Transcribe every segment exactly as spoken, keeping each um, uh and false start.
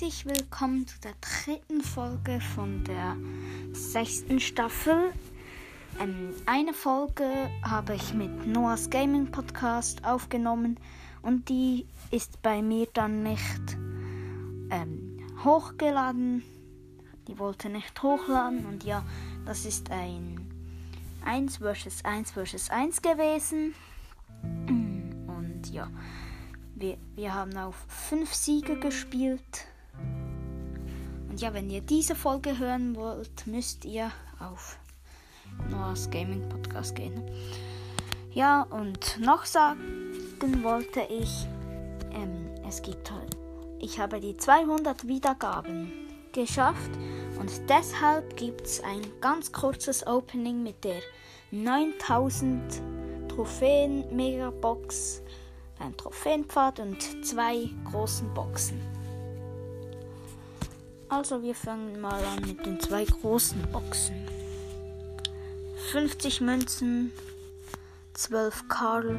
herzlich willkommen zu der dritten Folge von der sechsten Staffel. Ähm, eine Folge habe ich mit Noahs Gaming Podcast aufgenommen und die ist bei mir dann nicht ähm, hochgeladen. Die wollte nicht hochladen und ja, das ist ein eins versus eins versus eins gewesen. Und ja, wir, wir haben auf fünf Siege gespielt. Und ja, wenn ihr diese Folge hören wollt, müsst ihr auf Noahs Gaming Podcast gehen. Ja, und noch sagen wollte ich, ähm, es gibt halt, ich habe die zweihundert Wiedergaben geschafft und deshalb gibt es ein ganz kurzes Opening mit der neuntausend Trophäen Megabox, ein Trophäenpfad und zwei großen Boxen. Also wir fangen mal an mit den zwei großen Boxen. fünfzig Münzen, zwölf Karl,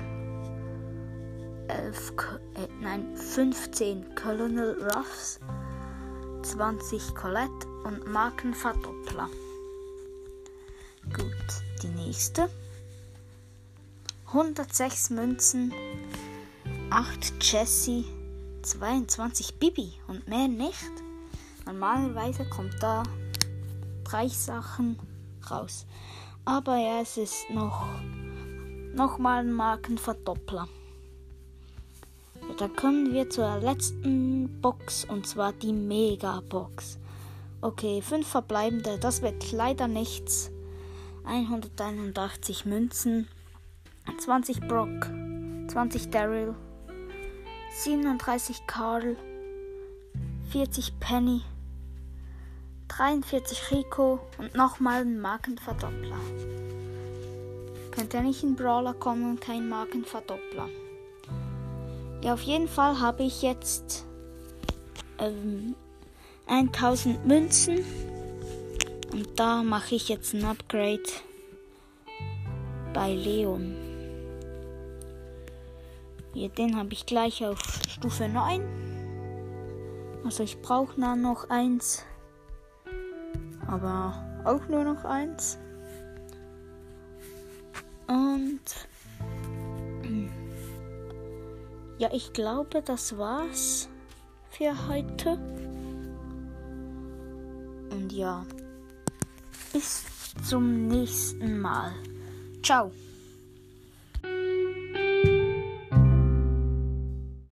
elf, äh, nein, fünfzehn Colonel Ruffs, zwanzig Colette und Markenverdoppler. Gut, die nächste. hundertsechs Münzen, acht Jessie, zweiundzwanzig Bibi und mehr nicht. Normalerweise kommt da drei Sachen raus. Aber ja, es ist noch, noch mal ein Markenverdoppler. Ja, dann kommen wir zur letzten Box und zwar die Mega-Box. Okay, fünf verbleibende, das wird leider nichts. hunderteinundachtzig Münzen, zwanzig Brock, zwanzig Daryl, siebenunddreißig Karl, vierzig Penny, dreiundvierzig Rico und nochmal ein Markenverdoppler. Könnte ja nicht ein Brawler kommen und kein Markenverdoppler. Ja, auf jeden Fall habe ich jetzt ähm, tausend Münzen und da mache ich jetzt ein Upgrade bei Leon. Ja, den habe ich gleich auf Stufe neun. Also ich brauche da noch eins. Aber auch nur noch eins. Und ja, ich glaube, das war's für heute. Und ja, bis zum nächsten Mal. Ciao.